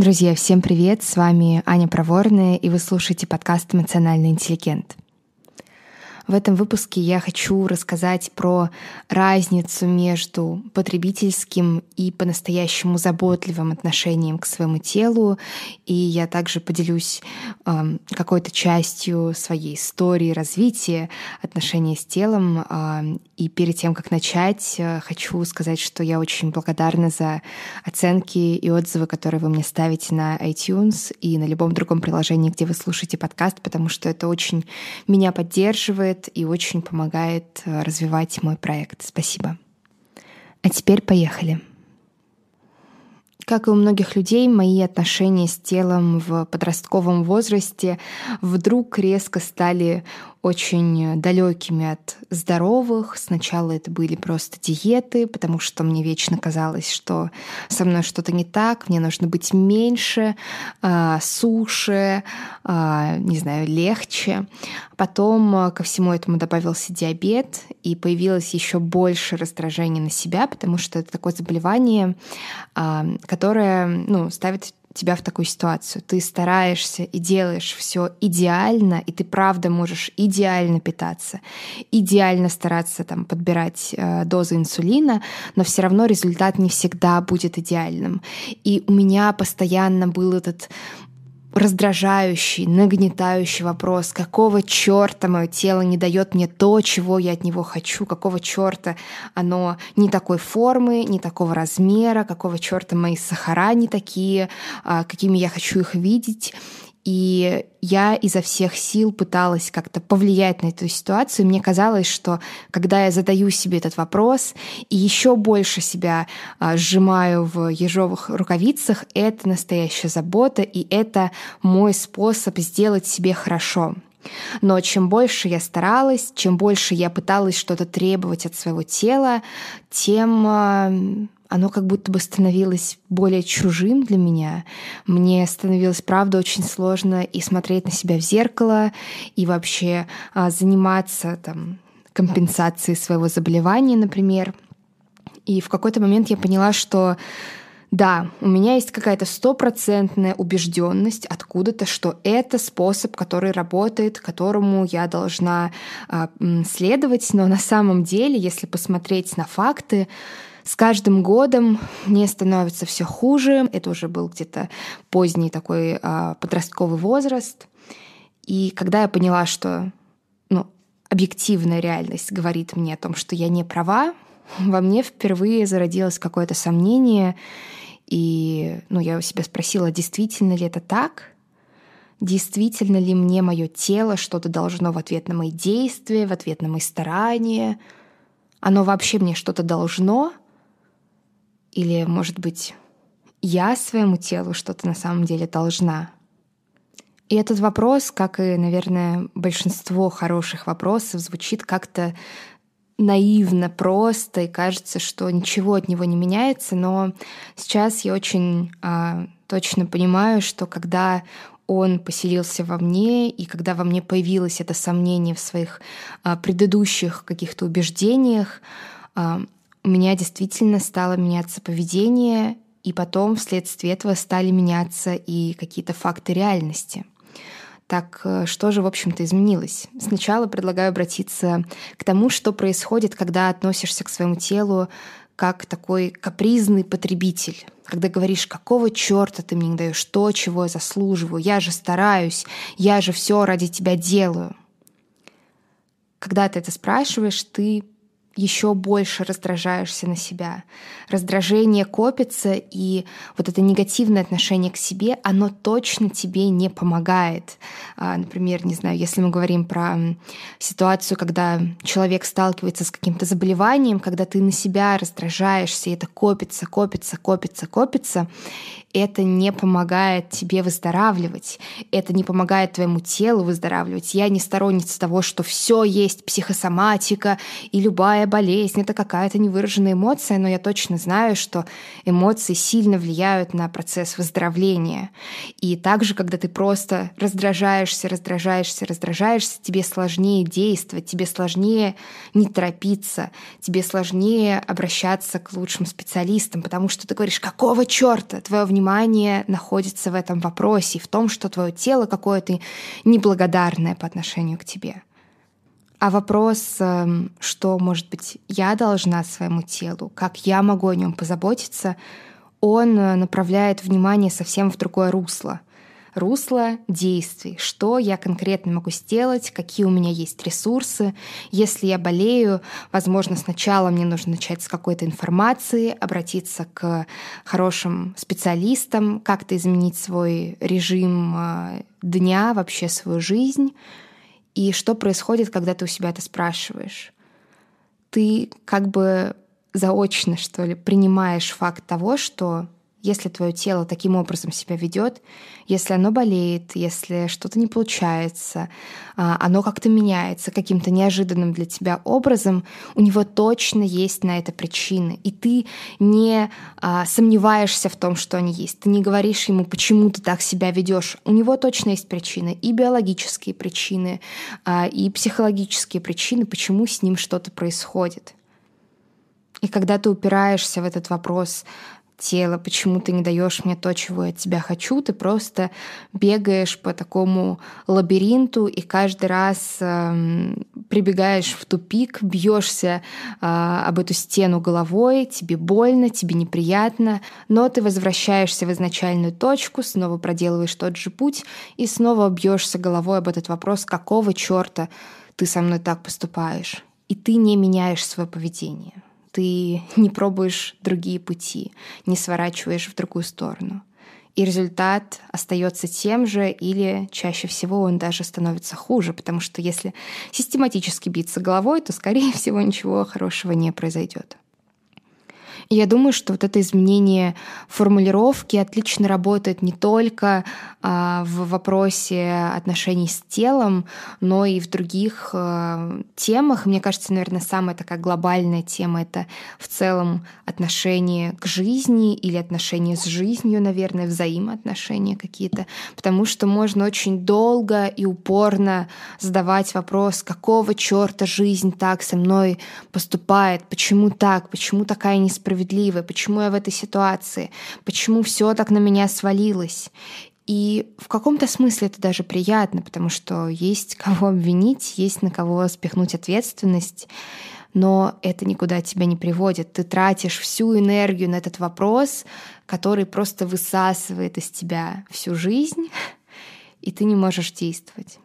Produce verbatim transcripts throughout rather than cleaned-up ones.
Друзья, всем привет! С вами Аня Проворная, и вы слушаете подкаст «Эмоциональный интеллигент». В этом выпуске я хочу рассказать про разницу между потребительским и по-настоящему заботливым отношением к своему телу. И я также поделюсь э, какой-то частью своей истории развития отношений с телом. Э, и перед тем, как начать, э, хочу сказать, что я очень благодарна за оценки и отзывы, которые вы мне ставите на iTunes и на любом другом приложении, где вы слушаете подкаст, потому что это очень меня поддерживает и очень помогает развивать мой проект. Спасибо. А теперь поехали. Как и у многих людей, мои отношения с телом в подростковом возрасте вдруг резко стали очень далекими от здоровых. Сначала это были просто диеты, потому что мне вечно казалось, что со мной что-то не так, мне нужно быть меньше, э, суше, э, не знаю, легче. Потом ко всему этому добавился диабет, и появилось еще больше раздражения на себя, потому что это такое заболевание, э, которое ну, ставит тебя в такую ситуацию. Ты стараешься и делаешь все идеально, и ты правда можешь идеально питаться, идеально стараться там, подбирать э, дозы инсулина, но все равно результат не всегда будет идеальным. И у меня постоянно был этот раздражающий, нагнетающий вопрос, какого черта мое тело не дает мне то, чего я от него хочу, какого черта оно не такой формы, не такого размера, какого черта мои сахара не такие, какими я хочу их видеть. И я изо всех сил пыталась как-то повлиять на эту ситуацию. Мне казалось, что когда я задаю себе этот вопрос и еще больше себя сжимаю в ежовых рукавицах, это настоящая забота, и это мой способ сделать себе хорошо. Но чем больше я старалась, чем больше я пыталась что-то требовать от своего тела, тем оно как будто бы становилось более чужим для меня. Мне становилось, правда, очень сложно и смотреть на себя в зеркало, и вообще а, заниматься там, компенсацией своего заболевания, например. И в какой-то момент я поняла, что да, у меня есть какая-то стопроцентная убежденность откуда-то, что это способ, который работает, которому я должна а, следовать. Но на самом деле, если посмотреть на факты, с каждым годом мне становится все хуже. Это уже был где-то поздний такой а, подростковый возраст. И когда я поняла, что ну, объективная реальность говорит мне о том, что я не права, во мне впервые зародилось какое-то сомнение. И ну, я у себя спросила, действительно ли это так? Действительно ли мне мое тело что-то должно в ответ на мои действия, в ответ на мои старания? Оно вообще мне что-то должно? Или, может быть, я своему телу что-то на самом деле должна? И этот вопрос, как и, наверное, большинство хороших вопросов, звучит как-то наивно, просто, и кажется, что ничего от него не меняется. Но сейчас я очень а, точно понимаю, что когда он поселился во мне, и когда во мне появилось это сомнение в своих а, предыдущих каких-то убеждениях, а, у меня действительно стало меняться поведение, и потом вследствие этого стали меняться и какие-то факты реальности. Так что же, в общем-то, изменилось? Сначала предлагаю обратиться к тому, что происходит, когда относишься к своему телу как такой капризный потребитель. Когда говоришь, какого черта ты мне не даешь то, чего я заслуживаю, я же стараюсь, я же все ради тебя делаю. Когда ты это спрашиваешь, ты еще больше раздражаешься на себя. Раздражение копится, и вот это негативное отношение к себе, оно точно тебе не помогает. Например, не знаю, если мы говорим про ситуацию, когда человек сталкивается с каким-то заболеванием, когда ты на себя раздражаешься, и это копится, копится, копится, копится, это не помогает тебе выздоравливать, это не помогает твоему телу выздоравливать. Я не сторонница того, что все есть психосоматика, и любая болезнь — это какая-то невыраженная эмоция, но я точно знаю, что эмоции сильно влияют на процесс выздоровления. И также, когда ты просто раздражаешься, раздражаешься, раздражаешься, тебе сложнее действовать, тебе сложнее не торопиться, тебе сложнее обращаться к лучшим специалистам, потому что ты говоришь, какого черта твое внимание внимание находится в этом вопросе, в том, что твое тело какое-то неблагодарное по отношению к тебе. А вопрос, что, может быть, я должна своему телу, как я могу о нем позаботиться, он направляет внимание совсем в другое русло. Русло действий. Что я конкретно могу сделать, какие у меня есть ресурсы. Если я болею, возможно, сначала мне нужно начать с какой-то информации, обратиться к хорошим специалистам, как-то изменить свой режим дня, вообще свою жизнь. И что происходит, когда ты у себя это спрашиваешь? Ты как бы заочно, что ли, принимаешь факт того, что если твое тело таким образом себя ведет, если оно болеет, если что-то не получается, оно как-то меняется каким-то неожиданным для тебя образом, у него точно есть на это причины. И ты не сомневаешься в том, что они есть. Ты не говоришь ему, почему ты так себя ведешь. У него точно есть причины, и биологические причины, и психологические причины, почему с ним что-то происходит. И когда ты упираешься в этот вопрос тела, почему ты не даешь мне то, чего я от тебя хочу, ты просто бегаешь по такому лабиринту и каждый раз э, прибегаешь в тупик, бьешься э, об эту стену головой, тебе больно, тебе неприятно, но ты возвращаешься в изначальную точку, снова проделываешь тот же путь и снова бьешься головой об этот вопрос, какого черта ты со мной так поступаешь, и ты не меняешь свое поведение. Ты не пробуешь другие пути, не сворачиваешь в другую сторону. И результат остается тем же, или чаще всего он даже становится хуже, потому что если систематически биться головой, то, скорее всего, ничего хорошего не произойдет. И я думаю, что вот это изменение формулировки отлично работает не только а, в вопросе отношений с телом, но и в других а, темах. Мне кажется, наверное, самая такая глобальная тема — это в целом отношение к жизни или отношения с жизнью, наверное, взаимоотношения какие-то. Потому что можно очень долго и упорно задавать вопрос, какого черта жизнь так со мной поступает, почему так, почему такая несправедливость, почему я в этой ситуации, почему все так на меня свалилось. И в каком-то смысле это даже приятно, потому что есть кого обвинить, есть на кого спихнуть ответственность, но это никуда тебя не приводит. Ты тратишь всю энергию на этот вопрос, который просто высасывает из тебя всю жизнь, и ты не можешь действовать.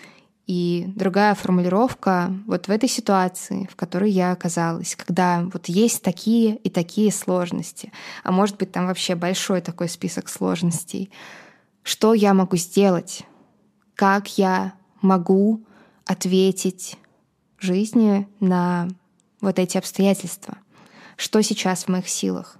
И другая формулировка вот в этой ситуации, в которой я оказалась, когда вот есть такие и такие сложности, а может быть там вообще большой такой список сложностей, что я могу сделать? Как я могу ответить жизни на вот эти обстоятельства? Что сейчас в моих силах?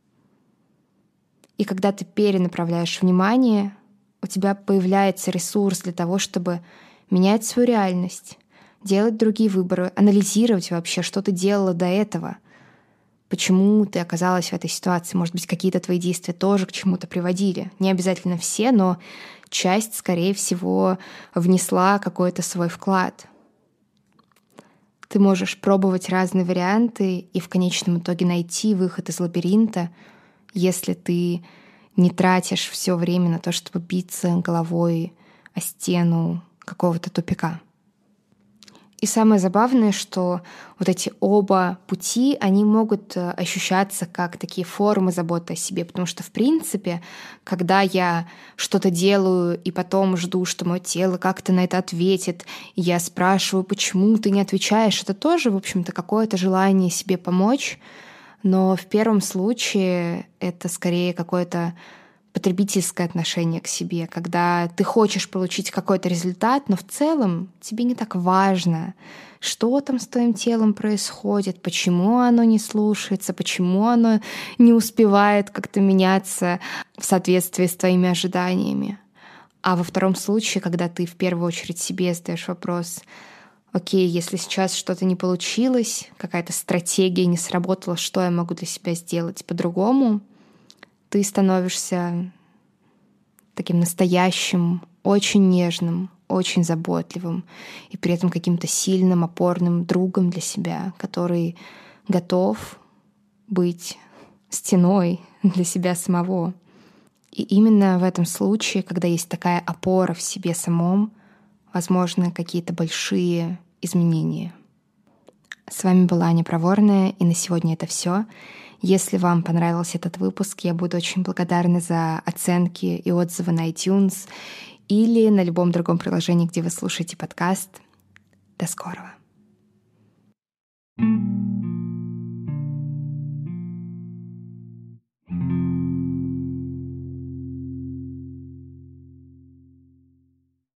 И когда ты перенаправляешь внимание, у тебя появляется ресурс для того, чтобы менять свою реальность, делать другие выборы, анализировать вообще, что ты делала до этого, почему ты оказалась в этой ситуации. Может быть, какие-то твои действия тоже к чему-то приводили. Не обязательно все, но часть, скорее всего, внесла какой-то свой вклад. Ты можешь пробовать разные варианты и в конечном итоге найти выход из лабиринта, если ты не тратишь все время на то, чтобы биться головой о стену какого-то тупика. И самое забавное, что вот эти оба пути, они могут ощущаться как такие формы заботы о себе, потому что, в принципе, когда я что-то делаю и потом жду, что мое тело как-то на это ответит, и я спрашиваю, почему ты не отвечаешь, это тоже, в общем-то, какое-то желание себе помочь, но в первом случае это скорее какое-то потребительское отношение к себе, когда ты хочешь получить какой-то результат, но в целом тебе не так важно, что там с твоим телом происходит, почему оно не слушается, почему оно не успевает как-то меняться в соответствии с твоими ожиданиями. А во втором случае, когда ты в первую очередь себе задаешь вопрос: окей, если сейчас что-то не получилось, какая-то стратегия не сработала, что я могу для себя сделать по-другому, ты становишься таким настоящим, очень нежным, очень заботливым и при этом каким-то сильным, опорным другом для себя, который готов быть стеной для себя самого. И именно в этом случае, когда есть такая опора в себе самом, возможны какие-то большие изменения. С вами была Аня Проворная, и на сегодня это все. Если вам понравился этот выпуск, я буду очень благодарна за оценки и отзывы на iTunes или на любом другом приложении, где вы слушаете подкаст. До скорого!